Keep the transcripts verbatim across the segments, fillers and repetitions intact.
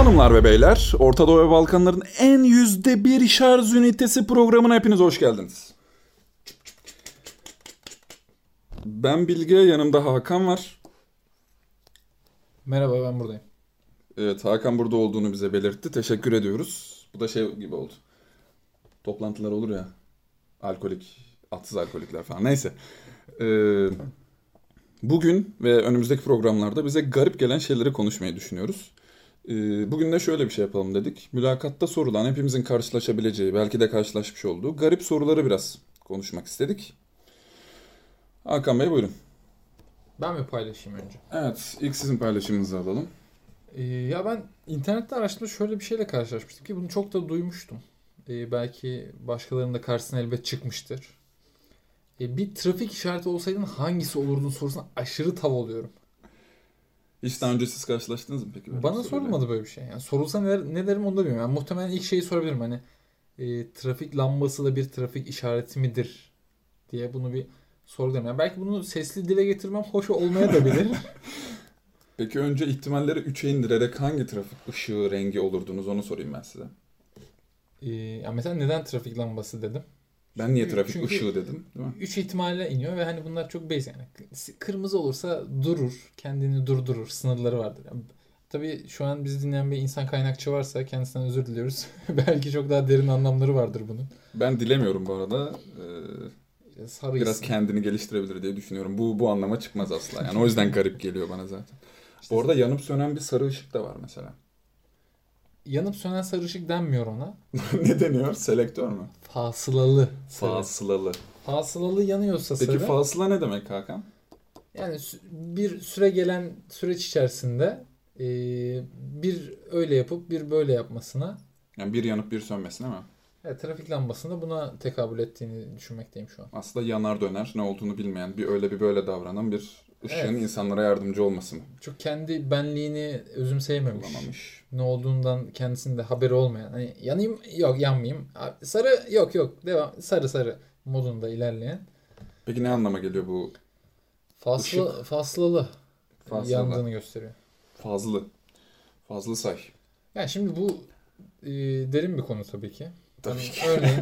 Hanımlar ve beyler, Orta Doğu ve Balkanların en yüzde bir şarj ünitesi programına hepiniz hoş geldiniz. Ben Bilge, yanımda Hakan var. Merhaba, ben buradayım. Evet, Hakan burada olduğunu bize belirtti. Teşekkür ediyoruz. Bu da şey gibi oldu. Toplantılar olur ya, alkolik, atsız alkolikler falan. Neyse. Ee, bugün ve önümüzdeki programlarda bize garip gelen şeyleri konuşmayı düşünüyoruz. Ee, bugün de şöyle bir şey yapalım dedik. Mülakatta sorulan, hepimizin karşılaşabileceği, belki de karşılaşmış olduğu garip soruları biraz konuşmak istedik. Hakan Bey buyurun. Ben mi paylaşayım önce? Evet, ilk sizin paylaşımınızı alalım. Ee, ya ben internette araştırma şöyle bir şeyle karşılaşmıştım ki bunu çok da duymuştum. Ee, belki başkalarının da karşısına elbet çıkmıştır. Ee, bir trafik işareti olsaydın hangisi olurdun sorusuna aşırı tav oluyorum. Hiç daha önce siz karşılaştınız mı peki? Bana sorulmadı böyle bir şey. Yani sorulsa ne, ne derim onu da bilmiyorum. Yani muhtemelen ilk şeyi sorabilirim. Hani e, trafik lambası da bir trafik işareti midir diye bunu bir sorgularım. Yani belki bunu sesli dile getirmem hoş olmaya da bilir. Peki önce ihtimalleri üçe indirerek hangi trafik ışığı, rengi olurdunuz onu sorayım ben size. Ee, yani mesela neden trafik lambası dedim? Ben niye Çünkü, trafik çünkü ışığı dedim, değil mi? üç ihtimalle iniyor ve hani bunlar çok basic yani. Kırmızı olursa durur, kendini durdurur, sınırları vardır. Yani tabii şu an bizi dinleyen bir insan kaynakçı varsa kendisinden özür diliyoruz. Belki çok daha derin anlamları vardır bunun. Ben dilemiyorum bu arada. Ee, Sarı biraz isim. kendini geliştirebilir diye düşünüyorum. Bu bu anlama çıkmaz asla. Yani o yüzden garip geliyor bana zaten. Orada yanıp sönen bir sarı ışık da var mesela. Yanıp sönen sarı ışık denmiyor ona. Ne deniyor? Selektör mü? Fasılalı sarı. Fasılalı. Fasılalı yanıyorsa Peki sarı. fasıla ne demek Hakan? Yani sü- bir süre gelen süreç içerisinde e, bir öyle yapıp bir böyle yapmasına, Yani bir yanıp bir sönmesine mi? evet, trafik lambasında buna tekabül ettiğini düşünmekteyim şu an. Aslında yanar döner, ne olduğunu bilmeyen, bir öyle bir böyle davranan bir ışığın Evet. insanlara yardımcı olması mı? Çok kendi benliğini özümseyememiş. Bulamamış. Ne olduğundan kendisinde haberi olmayan. Hani yanayım yok yanmayayım. Abi, sarı yok yok devam sarı sarı modunda ilerleyen. Peki ne anlama geliyor bu Faslı, ışık? faslılı Fasıla. yandığını gösteriyor. Fazlı. Fazlı say. Yani şimdi bu e, derin bir konu tabii ki. Tabii Hani ki. örneğin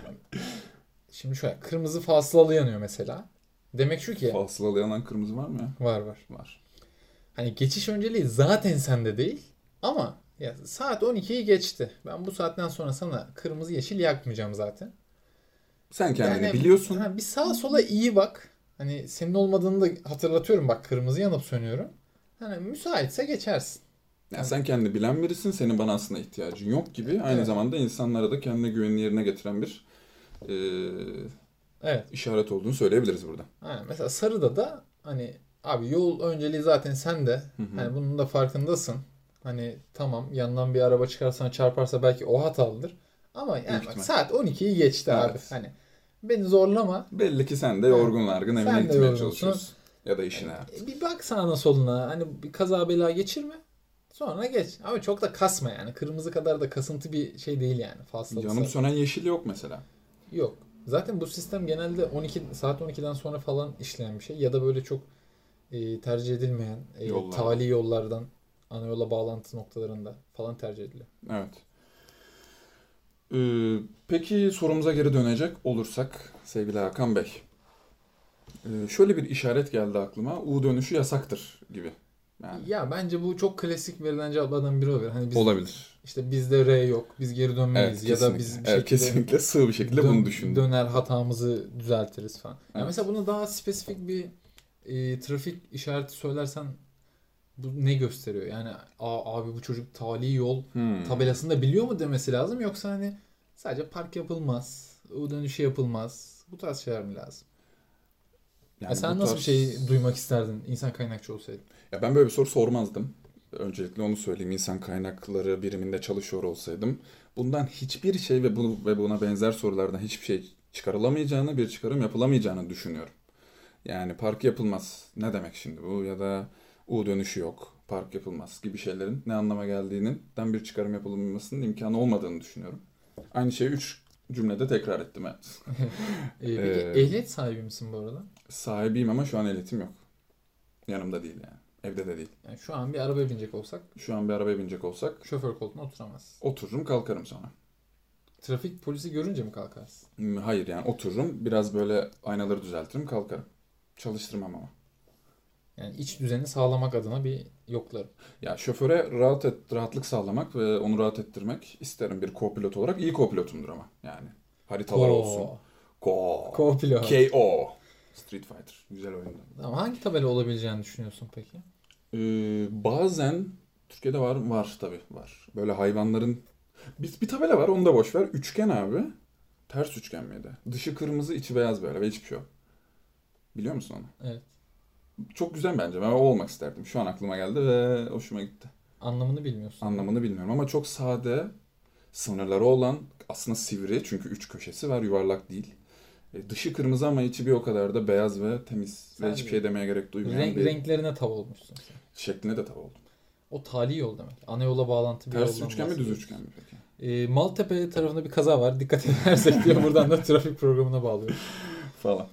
şimdi şöyle kırmızı fasılalı yanıyor mesela. Demek şu ki Fasılalı yanan kırmızı var mı ya? var var. Var. Hani geçiş önceliği zaten sende değil ama ya saat on ikiyi geçti. Ben bu saatten sonra sana kırmızı yeşil yakmayacağım zaten. Sen kendini Yani biliyorsun. ha, bir sağa sola iyi bak. Hani senin olmadığını da hatırlatıyorum, bak kırmızı yanıp sönüyorum. Hani müsaitse geçersin. Ya sen kendini bilen birisin. Senin bana aslında ihtiyacın yok gibi. Aynı Evet. zamanda insanlara da kendine güvenini yerine getiren bir e, Evet. işaret olduğunu söyleyebiliriz burada. Aynen. Mesela sarıda da hani abi yol önceliği zaten sende. Hı hı. Hani bunun da farkındasın. Hani tamam, yandan bir araba çıkarsan çarparsa belki o hatalıdır. Ama yani Büyük bak, ihtimal. saat on ikiyi geçti abi. Evet. Hani beni zorlama. Belli ki sen de yorgun argın evine Sen de gitmeye yorgunsun. çalışıyorsun. Ya da işine artık. E, Bir bak sağına soluna. Hani bir kaza bela geçirme. Sonra geç. Ama çok da kasma yani. Kırmızı kadar da kasıntı bir şey değil yani. Fazlalısı. Yanıp sönen yeşil yok mesela. Yok. Zaten bu sistem genelde on iki saat on ikiden sonra falan işleyen bir şey. Ya da böyle çok e, tercih edilmeyen e, Yollar. tali yollardan ana yola bağlantı noktalarında falan tercih ediliyor. Evet. Ee, peki sorumuza geri dönecek olursak sevgili Hakan Bey. Ee, şöyle bir işaret geldi aklıma. U dönüşü yasaktır gibi. Yani Ya bence bu çok klasik verilen cevaplardan biri oluyor. Hani biz olabilir. işte bizde R yok. Biz geri dönmeyiz. Evet, Ya da kesinlikle. biz bir Evet, şekilde kesinlikle sığ bir şekilde dön- bunu düşündüm. döner hatamızı düzeltiriz falan. Yani Evet. mesela bunu daha spesifik bir e, trafik işareti söylersen bu ne gösteriyor? Yani "Aa, abi bu çocuk tali yol Hmm. tabelasını da biliyor mu" demesi lazım, yoksa hani sadece park yapılmaz, U dönüşü yapılmaz, bu tarz şeyler mi lazım? Yani Ya sen bu nasıl tarz... bir şey duymak isterdin insan kaynakçı olsaydın? Ya ben böyle bir soru sormazdım. Öncelikle onu söyleyeyim. İnsan kaynakları biriminde çalışıyor olsaydım, bundan hiçbir şey ve bu ve buna benzer sorulardan hiçbir şey çıkarılamayacağını, bir çıkarım yapılamayacağını düşünüyorum. Yani park yapılmaz. Ne demek şimdi bu? Ya da U dönüşü yok. Park yapılmaz gibi şeylerin ne anlama geldiğinin bir çıkarım yapılmasının imkanı olmadığını düşünüyorum. Aynı şeyi üç cümlede tekrar ettim. Evet. Ee, peki Ee, ehliyet sahibi misin bu arada? Sahibiyim ama şu an ehliyetim yok. Yanımda değil yani. Evde de değil. Yani şu an bir arabaya binecek olsak Şu an bir arabaya binecek olsak şoför koltuğuna oturamaz. otururum kalkarım sonra. Trafik polisi görünce mi kalkarsın? Hmm, Hayır yani otururum biraz böyle aynaları düzeltirim kalkarım. Çalıştırmam ama. Yani iç düzeni sağlamak adına bir yoklarım. Ya şoföre rahat et, rahatlık sağlamak ve onu rahat ettirmek isterim bir co-pilot olarak. İyi co-pilotumdur ama yani. Haritalar olsun. Ko. Co-pilot. K O. Street Fighter. Güzel oyundu. Ama hangi tabela olabileceğini düşünüyorsun peki? Ee, bazen Türkiye'de var var tabii var. Böyle hayvanların bir, bir tabela var onu da boş ver. Üçgen abi. Ters üçgen miydi? Dışı kırmızı içi beyaz böyle ve hiçbir şey yok. Biliyor musun onu? Evet. Çok güzel bence. Ben o olmak isterdim. Şu an aklıma geldi ve hoşuma gitti. Anlamını bilmiyorsun. Anlamını bilmiyorum ama çok sade, sınırları olan, aslında sivri çünkü üç köşesi var, yuvarlak değil. E, dışı kırmızı ama içi bir o kadar da beyaz ve temiz Sen ve hiçbir şey demeye gerek duymayan Renk, bir renklerine tav olmuşsun sen. şekline de tav oldum. O tali yol demek. Ana yola bağlantı bir Ters yoldan üçgen mi düz bahsediyoruz. üçgen mi peki? Ee, Maltepe tarafında bir kaza var. Dikkat edersek diye buradan da trafik programına bağlıyoruz. Falan.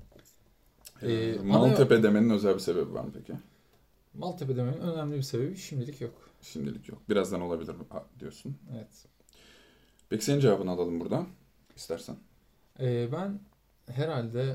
Ee, Ee, ana- Maltepe demenin özel bir sebebi var mı peki? Maltepe demenin önemli bir sebebi şimdilik yok. Şimdilik yok. Birazdan olabilir diyorsun. Evet. Peki senin cevabını alalım burada. İstersen. Ee, ben herhalde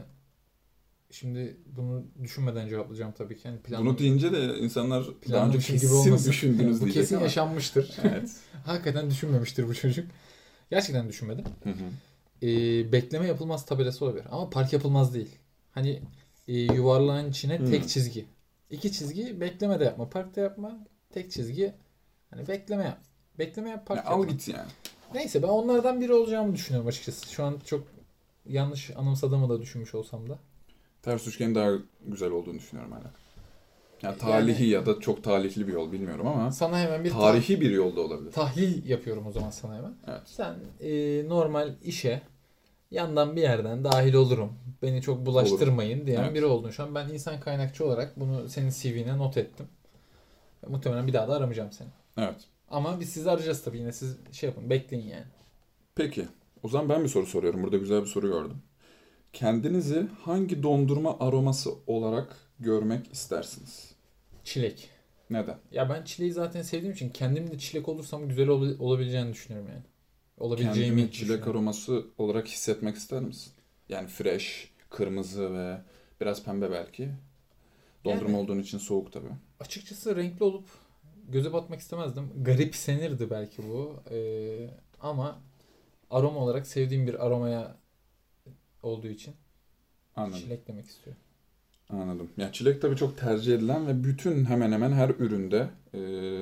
şimdi bunu düşünmeden cevaplayacağım tabii ki. Yani planlı, Bunu deyince de insanlar daha önce planlamışım gibi kesin olmasın. düşündünüz Bu diyecek kesin ama. yaşanmıştır. Evet. Hakikaten düşünmemiştir bu çocuk. Gerçekten düşünmedim. Hı hı. Ee, bekleme yapılmaz tabelası olabilir. Ama park yapılmaz değil. Hani e, yuvarlağın içine Hmm. tek çizgi. İki çizgi bekleme de yapma. Parkta yapma. Tek çizgi hani bekleme yap. Bekleme yap park Ya yapma. al git yani. Neyse ben onlardan biri olacağımı düşünüyorum açıkçası. Şu an çok yanlış anımsadığımı da düşünmüş olsam da. Ters üçgenin daha güzel olduğunu düşünüyorum hala. Yani talihi Yani- ya da çok talihli bir yol bilmiyorum ama Sana hemen bir ta- tarihi bir yolda olabilir. tahlil yapıyorum o zaman sana hemen. Evet. Sen e, normal işe yandan bir yerden dahil olurum. Beni çok bulaştırmayın diyen Evet. biri oldun. Şu an ben insan kaynakçı olarak bunu senin C V'ne not ettim. Muhtemelen bir daha da aramayacağım seni. Evet. Ama biz sizi arayacağız tabii yine siz şey yapın bekleyin yani. Peki. O zaman ben bir soru soruyorum. Burada güzel bir soru gördüm. Kendinizi hangi dondurma aroması olarak görmek istersiniz? Çilek. Neden? Ya ben çileği zaten sevdiğim için kendim de çilek olursam güzel ol- olabileceğini düşünüyorum yani. Olabileceğimi Kendini çilek düşünüyorum. aroması olarak hissetmek ister misin? Yani fresh, kırmızı ve biraz pembe belki. Dondurma Yani- olduğun için soğuk tabii. Açıkçası renkli olup göze batmak istemezdim. Garipsenirdi belki bu. Ee, ama aroma olarak sevdiğim bir aromaya olduğu için Anladım. çilek demek istiyorum. Anladım. Ya çilek tabii çok tercih edilen ve bütün hemen hemen her üründe e,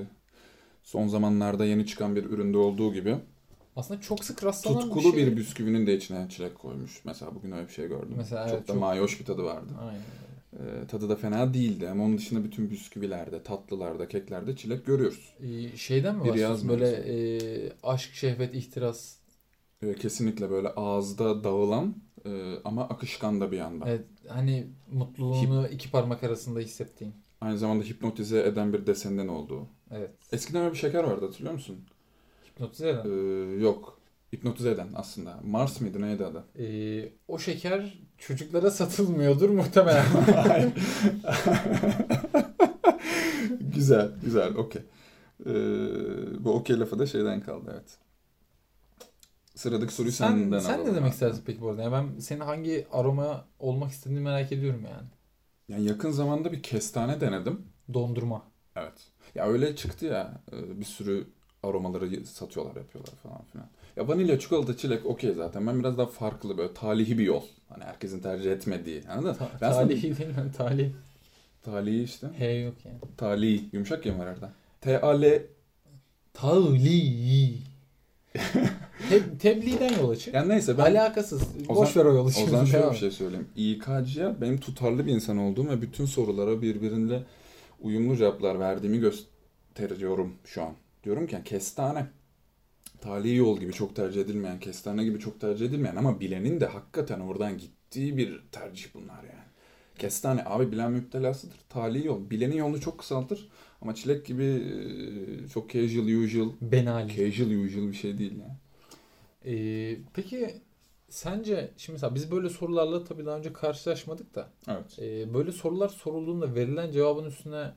son zamanlarda yeni çıkan bir üründe olduğu gibi Aslında çok sık rastlanan tutkulu bir şey. bir bisküvinin de içine çilek koymuş. Mesela bugün öyle bir şey gördüm. Mesela çok evet, da çok- mayoş bir tadı vardı. Aynen. E, tadı da fena değildi ama onun dışında bütün bisküvilerde, tatlılarda, keklerde çilek görüyoruz. Ee, şeyden mi Bir bahsediyorsun? yaz Böyle e, aşk, şehvet, ihtiras. E, kesinlikle böyle ağızda dağılan e, ama akışkan da bir yandan. Evet, hani mutluluğunu iki parmak arasında hissettiğin. Aynı zamanda hipnotize eden bir desenden olduğu. Evet. Eskiden öyle bir şeker vardı hatırlıyor musun? Hipnotize eden. Ee, yok. Hipnotize eden aslında. Mars mıydı neydi adı? Ee, o şeker çocuklara satılmıyordur muhtemelen. Güzel, güzel, okey. Ee, bu okey lafı da şeyden kaldı evet. Sıradaki soruyu sen senden sen alalım ne demek abi. istersin peki bu arada? Yani ben senin hangi aroma olmak istediğini merak ediyorum yani. Yani yakın zamanda bir kestane denedim. Dondurma. Evet. Ya öyle çıktı ya e, bir sürü aromaları satıyorlar yapıyorlar falan filan. Ya vanilya, çikolata, çilek okey zaten. Ben biraz daha farklı böyle talihi bir yol. Hani herkesin tercih etmediği. Anladın mı? Ta- Ben aslında- talihi değil mi? Talih. Talihi işte. H yok yani. Talihi. Yumuşak yem var arada. T-A-L Talih. Te- tebliğden yola çık. yani neyse ben Alakasız. O Boş zaman- ver o yolu o şimdi. zaman şöyle Devam bir şey söyleyeyim. İK'cıya benim tutarlı bir insan olduğum ve bütün sorulara birbirine uyumlu cevaplar verdiğimi gösteriyorum şu an. Diyorum ki yani kestane. Talihi yol gibi çok tercih edilmeyen, kestane gibi çok tercih edilmeyen ama bilenin de hakikaten oradan gittiği bir tercih bunlar yani. Kestane abi bilen müptelasıdır. Talihi yol. Bilenin yolunu çok kısaltır ama çilek gibi e, çok casual usual, Benali. casual usual bir şey değil yani. Ee, peki sence şimdi mesela biz böyle sorularla tabii daha önce karşılaşmadık da Evet. e, böyle sorular sorulduğunda verilen cevabın üstüne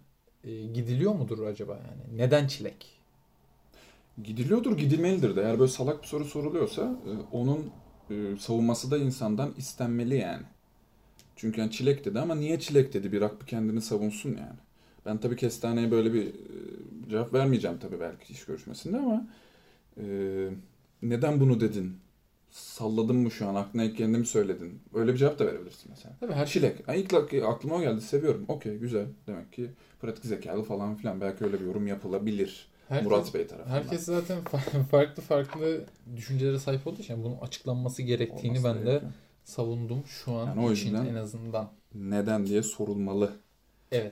e, gidiliyor mudur acaba yani? Neden çilek? Gidiliyordur, gidilmelidir de. Eğer böyle salak bir soru soruluyorsa e, onun e, savunması da insandan istenmeli yani. Çünkü yani çilek dedi ama niye çilek dedi? Bir bir kendini savunsun yani. Ben tabii kestaneye böyle bir e, cevap vermeyeceğim tabii belki iş görüşmesinde ama e, neden bunu dedin? Salladın mı şu an? Aklına ilk kendini mi söyledin? Öyle bir cevap da verebilirsin mesela. Tabii her Çilek. Yani ilk ak- aklıma o geldi. Seviyorum. Okey, güzel. Demek ki pratik zekalı falan filan. Belki öyle bir yorum yapılabilir. herkes, Murat Bey tarafından. herkes zaten fa- farklı farklı düşüncelere sahip olduğu için bunun açıklanması gerektiğini Olması ben de gerekiyor. savundum şu an Yani o için yüzden- en azından. Neden diye sorulmalı. Evet.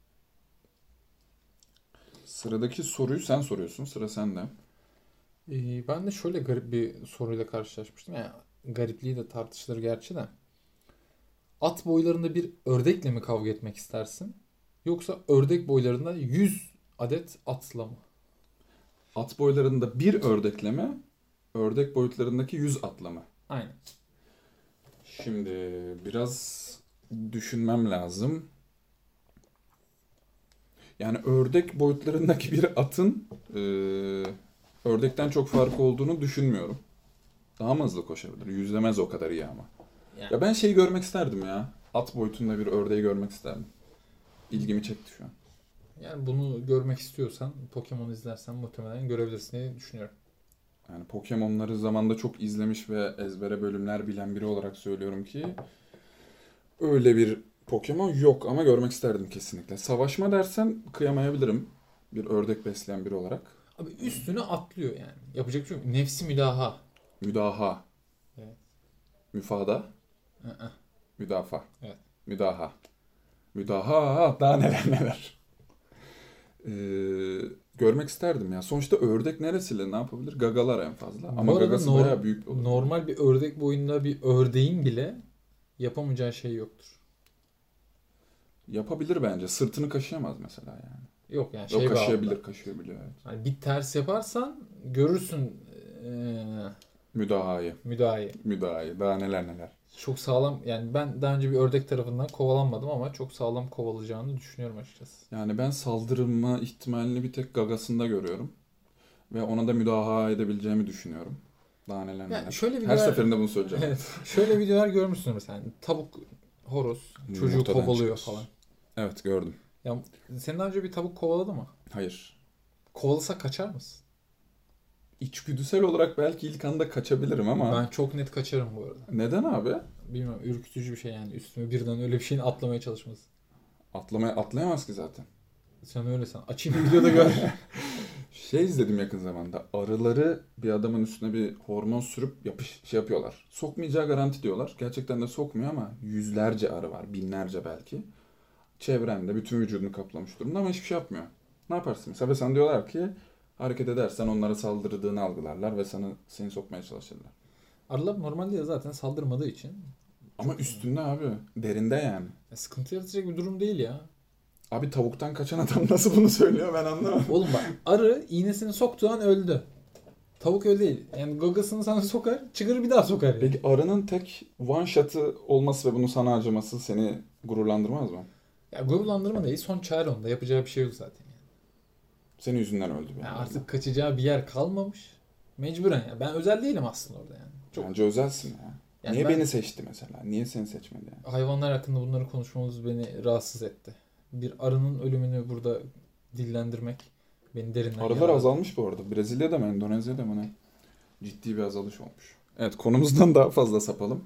Sıradaki soruyu sen soruyorsun. Sıra sende. Ee, ben de şöyle garip bir soruyla karşılaşmıştım. Yani garipliği de tartışılır gerçi de. At boylarında bir ördekle mi kavga etmek istersin? Yoksa ördek boylarında yüz adet atla mı? At boylarında bir ördekleme, ördek boyutlarındaki yüz atlama. Aynen. Şimdi biraz düşünmem lazım. Yani ördek boyutlarındaki bir atın e, ördekten çok farkı olduğunu düşünmüyorum. Daha mı hızlı koşabilir? Yüzlemez o kadar iyi ama. Yani, Ya ben şeyi görmek isterdim ya. At boyutunda bir ördeği görmek isterdim. İlgimi çekti şu an. yani bunu görmek istiyorsan Pokemon izlersen muhtemelen görebilirsin diye düşünüyorum. Yani Pokemon'ları zamanda çok izlemiş ve ezbere bölümler bilen biri olarak söylüyorum ki öyle bir Pokemon yok ama görmek isterdim kesinlikle. Savaşma dersen kıyamayabilirim bir ördek besleyen biri olarak. Abi üstüne atlıyor yani. Yapacak bir şey yok. Nefsi müdafaa. Müdafaa. Evet. Müfada. Hı-hı. Müdafaa. Evet. Müdaha. Müdaha. Daha neler neler. Ee, görmek isterdim ya. Sonuçta ördek neresiyle ne yapabilir? Gagalar en fazla. Ama Bu arada gagası nor- bayağı büyük olur. Normal bir ördek boyunda bir ördeğin bile yapamayacağı şey yoktur. Yapabilir bence. Sırtını kaşıyamaz mesela yani. Yok yani Yok şey kaşıyabilir, bağlı. kaşıyabiliyor evet. Hani bir ters yaparsan görürsün eee Müdahayı. müdahale. Müdahayı. Daha neler neler. Çok sağlam yani ben daha önce bir ördek tarafından kovalanmadım ama çok sağlam kovalayacağını düşünüyorum açıkçası. Yani ben saldırma ihtimalini bir tek gagasında görüyorum. Ve ona da müdahale edebileceğimi düşünüyorum. Daha neler neler. Yani şöyle Her videolar, seferinde bunu söyleyeceğim. evet, şöyle videolar görmüşsün mesela yani tavuk horoz çocuğu Yumurtadan kovalıyor çıkar. falan. Evet gördüm. Ya senin daha önce bir tavuk kovaladı mı? Hayır. Kovalasa kaçar mısın? İçgüdüsel olarak belki ilk anda kaçabilirim ama Ben çok net kaçarım bu arada. neden abi? Bilmiyorum ürkütücü bir şey yani üstüme birden öyle bir şeyin atlamaya çalışması. Atlamaya atlayamaz ki zaten. Sen öyle san. Açayım bir videoda gör. Şey izledim yakın zamanda. Arıları bir adamın üstüne bir hormon sürüp yapış şey yapıyorlar. Sokmayacağı garanti diyorlar. Gerçekten de sokmuyor ama yüzlerce arı var. Binlerce belki. Çevrende bütün vücudunu kaplamış durumda ama hiçbir şey yapmıyor. Ne yaparsın? Mesela ve sana diyorlar ki hareket edersen onlara saldırdığını algılarlar ve sana seni sokmaya çalışırlar. Arılar normalde ya zaten saldırmadığı için Ama üstünde abi. Derinde yani. ya sıkıntı yaratacak bir durum değil ya. Abi tavuktan kaçan adam nasıl bunu söylüyor ben anlamadım. Oğlum bak arı iğnesini soktuğu an öldü. Tavuk öyle değil. Yani gagasını sana sokar, çıkarır bir daha sokar. Yani. Peki arının tek one shot'ı olması ve bunu sana harcaması seni gururlandırmaz mı? Ya gururlandırma değil son çare onda. Yapacağı bir şey yok zaten. Yani. Senin yüzünden öldü. Yani Yani artık kaçacağı bir yer kalmamış. Mecburen ya. Ben özel değilim aslında orada yani. Çok Bence özelsin ya. Yani Niye ben- beni seçti mesela? Niye seni seçmedi yani? hayvanlar hakkında bunları konuşmamız beni rahatsız etti. Bir arının ölümünü burada dillendirmek beni derinden Arılar yaraladı. azalmış bu arada. Brezilya'da mı, Endonezya'da mı ne? Ciddi bir azalış olmuş. Evet, konumuzdan daha fazla sapalım.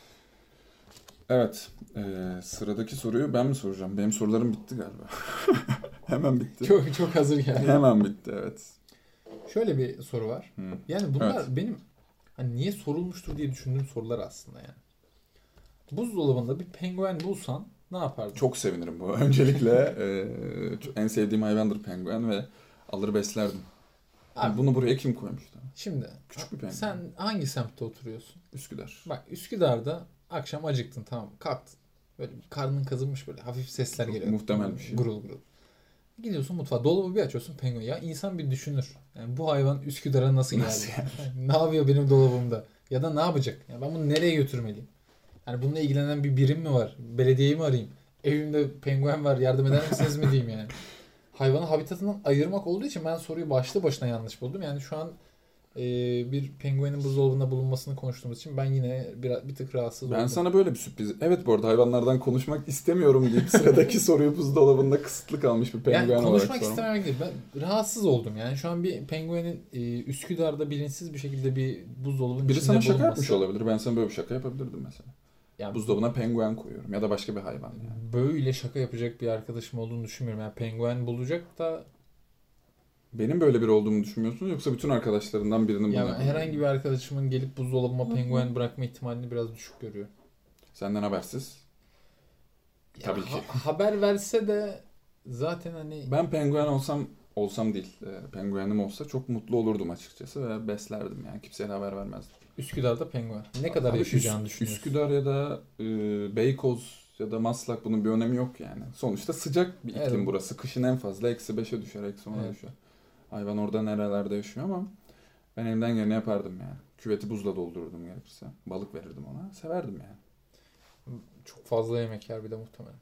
Evet, eee, sıradaki soruyu ben mi soracağım? Benim sorularım bitti galiba. Hemen bitti. Çok çok hazır yani. Hemen bitti, evet. Şöyle bir soru var. Hı. Yani bunlar Evet. benim hani niye sorulmuştur diye düşündüğüm sorular aslında yani. Buzdolabında bir penguen bulsan ne yapardın? Çok sevinirim bu. Öncelikle eee, çok- en sevdiğim hayvandır penguen ve alır beslerdim. Abi, Bunu buraya kim koymuştu? şimdi Küçük bir penguen. sen hangi semtte oturuyorsun? Üsküdar. Bak Üsküdar'da akşam acıktın tamam kalktın. Böyle bir karnın kazınmış böyle hafif sesler Çok geliyor. muhtemel bir şey. Gurul gurul. Gidiyorsun mutfağa dolabı bir açıyorsun penguen. Ya insan bir düşünür. Yani bu hayvan Üsküdar'a nasıl geldi? Nasıl ne yapıyor benim dolabımda? Ya da ne yapacak? Ya ben bunu nereye götürmeliyim? Yani bununla ilgilenen bir birim mi var? Belediyeyi mi arayayım? Evimde penguen var yardım eder misiniz mi diyeyim yani. hayvanı habitatından ayırmak olduğu için ben soruyu başlı başına yanlış buldum. Yani şu an e, bir penguenin buzdolabında bulunmasını konuştuğumuz için ben yine bir, bir tık rahatsız Ben oldum. sana böyle bir sürpriz... Evet bu arada hayvanlardan konuşmak istemiyorum deyip sıradaki soruyu buzdolabında kısıtlı kalmış bir penguen Yani olarak konuşmak sormak. istememek değil. Ben rahatsız oldum yani. Şu an bir penguenin e, Üsküdar'da bilinçsiz bir şekilde bir buzdolabının Biri içinde sana şaka bulunması. yapmış olabilir. Ben sana böyle bir şaka yapabilirdim mesela. Yani Buzdolabına penguen koyuyorum ya da başka bir hayvan yani. böyle şaka yapacak bir arkadaşım olduğunu düşünmüyorum. Yani penguen bulacak da Benim böyle biri olduğumu düşünmüyorsun yoksa bütün arkadaşlarından birinin bunu yani yapıyor? herhangi bir arkadaşımın gelip buzdolabıma penguen bırakma ihtimalini biraz düşük görüyor. Senden habersiz. Ya Tabii ki. ha- haber verse de zaten hani Ben penguen olsam olsam değil. E, penguenim olsa çok mutlu olurdum açıkçası ve beslerdim yani. Kimseye de haber vermezdim. Üsküdar'da penguen. Ne kadar Abi yaşayacağını Üs- düşünüyorsun? Üsküdar ya da e, Beykoz ya da Maslak bunun bir önemi yok yani. Sonuçta sıcak bir iklim Evet. burası. Kışın en fazla eksi beşe düşer, eksi ona Evet. düşer. Hayvan orada nerelerde yaşıyor ama ben elimden geleni yapardım yani. Küveti buzla doldururdum gerekirse. Balık verirdim ona. Severdim yani. Çok fazla yemek yer bir de muhtemelen.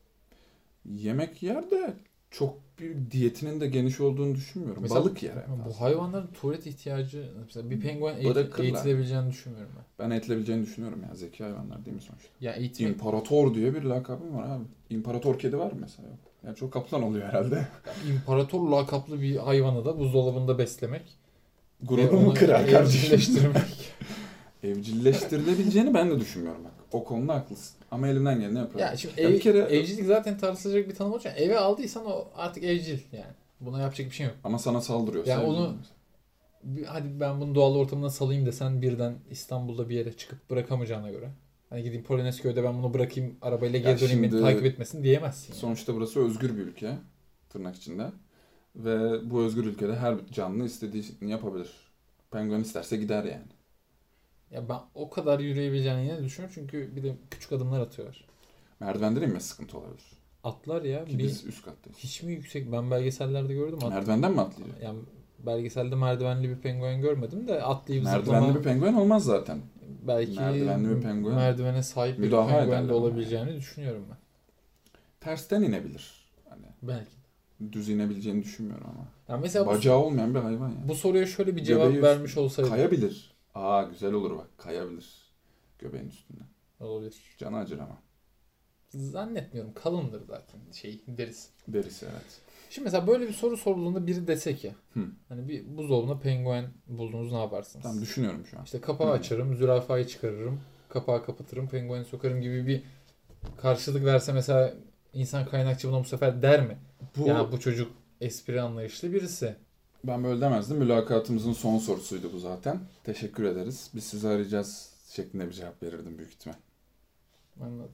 Yemek yer de çok bir diyetinin de geniş olduğunu düşünmüyorum. Mesela Balık yer en fazla. Bu hayvanların tuvalet ihtiyacı mesela bir penguen eğit- Bırakırlar. eğitilebileceğini düşünmüyorum ben. Ben eğitilebileceğini düşünüyorum ya. Zeki hayvanlar değil mi sonuçta? Ya eğitmek İmparator diye bir lakabım var abi. İmparator kedi var mı mesela? Yok. Yani çok kaplan oluyor herhalde. imparator lakaplı bir hayvanı da buzdolabında beslemek. ve Gururumu onu kırar kardeşim. evcilleştirmek. Evcilleştirilebileceğini ben de düşünmüyorum bak. O konuda haklısın. Ama elimden geleni yapıyorum. Ya şimdi Ya ev, bir kere evcilik zaten tartışılacak bir tanım olacak. Eve aldıysan o artık evcil yani. Buna yapacak bir şey yok. ama sana saldırıyor. Yani sevdiğin onu- mesela. Bir- Hadi ben bunu doğal ortamına salayım desen birden İstanbul'da bir yere çıkıp bırakamayacağına göre. Hani gideyim Polonezköy'de ben bunu bırakayım arabayla geri Ya döneyim beni şimdi- takip etmesin diyemezsin. Yani. Sonuçta burası özgür bir ülke. Tırnak içinde. Ve bu özgür ülkede her canlı istediğini yapabilir. Penguen isterse gider yani. Ya ben o kadar yürüyebileceğini yine düşünüyorum çünkü bir de küçük adımlar atıyorlar. Merdivenden inme sıkıntı olabilir. Atlar ya. Ki bir, biz üst kattayız. hiç mi yüksek? Ben belgesellerde gördüm. At, Merdivenden mi atlayacak? yani belgeselde merdivenli bir penguen görmedim de atlayıp Merdivenli zıplama bir penguen olmaz zaten. belki merdivenli bir penguen merdivene sahip bir müdahale penguen ederler de ona olabileceğini düşünüyorum ben. Tersten inebilir. Hani Belki. düz inebileceğini düşünmüyorum ama. Yani mesela bu, Bacağı olmayan bir hayvan yani. bu soruya şöyle bir cevap Göbeği vermiş üstünde. olsaydı Kayabilir. Aa güzel olur bak. Kayabilir. Göbeğin üstünde. olabilir. Canı acır ama. Zannetmiyorum. Kalındır zaten şey derisi. Derisi evet. Şimdi mesela böyle bir soru sorulduğunda biri desek ya. Hı. Hani bir buzdolabına penguen buldunuz ne yaparsınız? Tamam düşünüyorum şu an. İşte kapağı Hı. açarım, zürafayı çıkarırım, kapağı kapatırım, pengueni sokarım gibi bir karşılık verse mesela insan kaynakçı buna bu sefer der mi? Bu, Ya bu çocuk espri anlayışlı birisi. ben böyle demezdim. Mülakatımızın son sorusuydu bu zaten. Teşekkür ederiz. Biz sizi arayacağız şeklinde bir cevap verirdim büyük ihtimal. Anladım.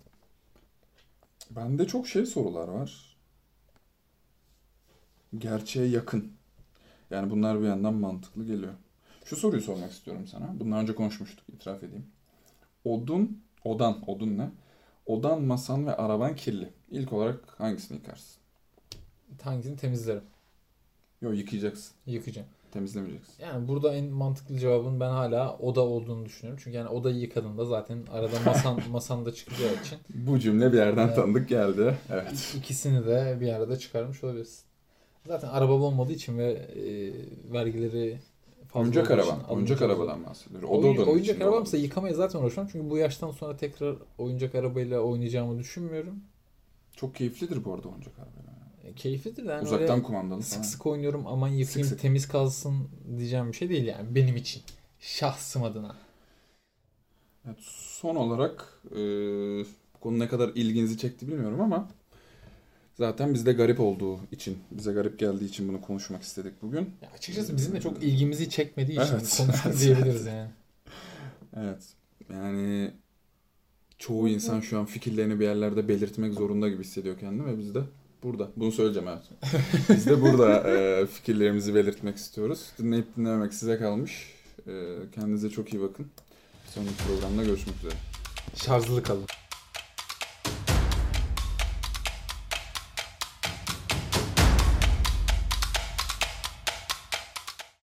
Bende çok şey sorular var. Gerçeğe yakın. Yani bunlar bir yandan mantıklı geliyor. Şu soruyu sormak istiyorum sana. Bundan önce konuşmuştuk, itiraf edeyim. Odun, odan, odun ne? Odan, masan ve araban kirli. İlk olarak hangisini yıkarsın? Hangisini temizlerim, Yok yıkayacaksın. yıkayacağım. Temizlemeyeceksin. Yani burada en mantıklı cevabın ben hala oda olduğunu düşünüyorum. Çünkü yani odayı yıkadığında zaten arada masan masanda çıkacağı için Bu cümle bir yerden Evet. tanıdık geldi. Evet. ikisini de bir arada çıkarmış olabilirsin. Zaten arabam olmadığı için ve e, vergileri fazla Oyuncak olduğu için araba. Oyuncak alınacak arabadan bahsediyoruz. O da Oyun, odanın oyuncak içinde arabamsa olabilir. yıkamaya zaten uğraşmam. Çünkü bu yaştan sonra tekrar oyuncak arabayla oynayacağımı düşünmüyorum. Çok keyiflidir bu arada oyuncak arabayla. E, keyiflidir de yani Uzaktan öyle kumandalı sık falan. sık oynuyorum aman yıkayayım Sık sık. temiz kalsın diyeceğim bir şey değil yani benim için. Şahsım adına. Evet, son olarak e, bu konu ne kadar ilginizi çekti bilmiyorum ama zaten bizde garip olduğu için, bize garip geldiği için bunu konuşmak istedik bugün. Ya açıkçası bizim de çok ilgimizi çekmediği için Evet. konuştuk Evet. diyebiliriz yani. Evet. Yani çoğu insan şu an fikirlerini bir yerlerde belirtmek zorunda gibi hissediyor kendini ve biz de burada. Bunu söyleyeceğim evet. Biz de burada e, fikirlerimizi belirtmek istiyoruz. Dinleyip dinlememek size kalmış. E, kendinize çok iyi bakın. Sonraki programda görüşmek üzere. Şarjlı kalın.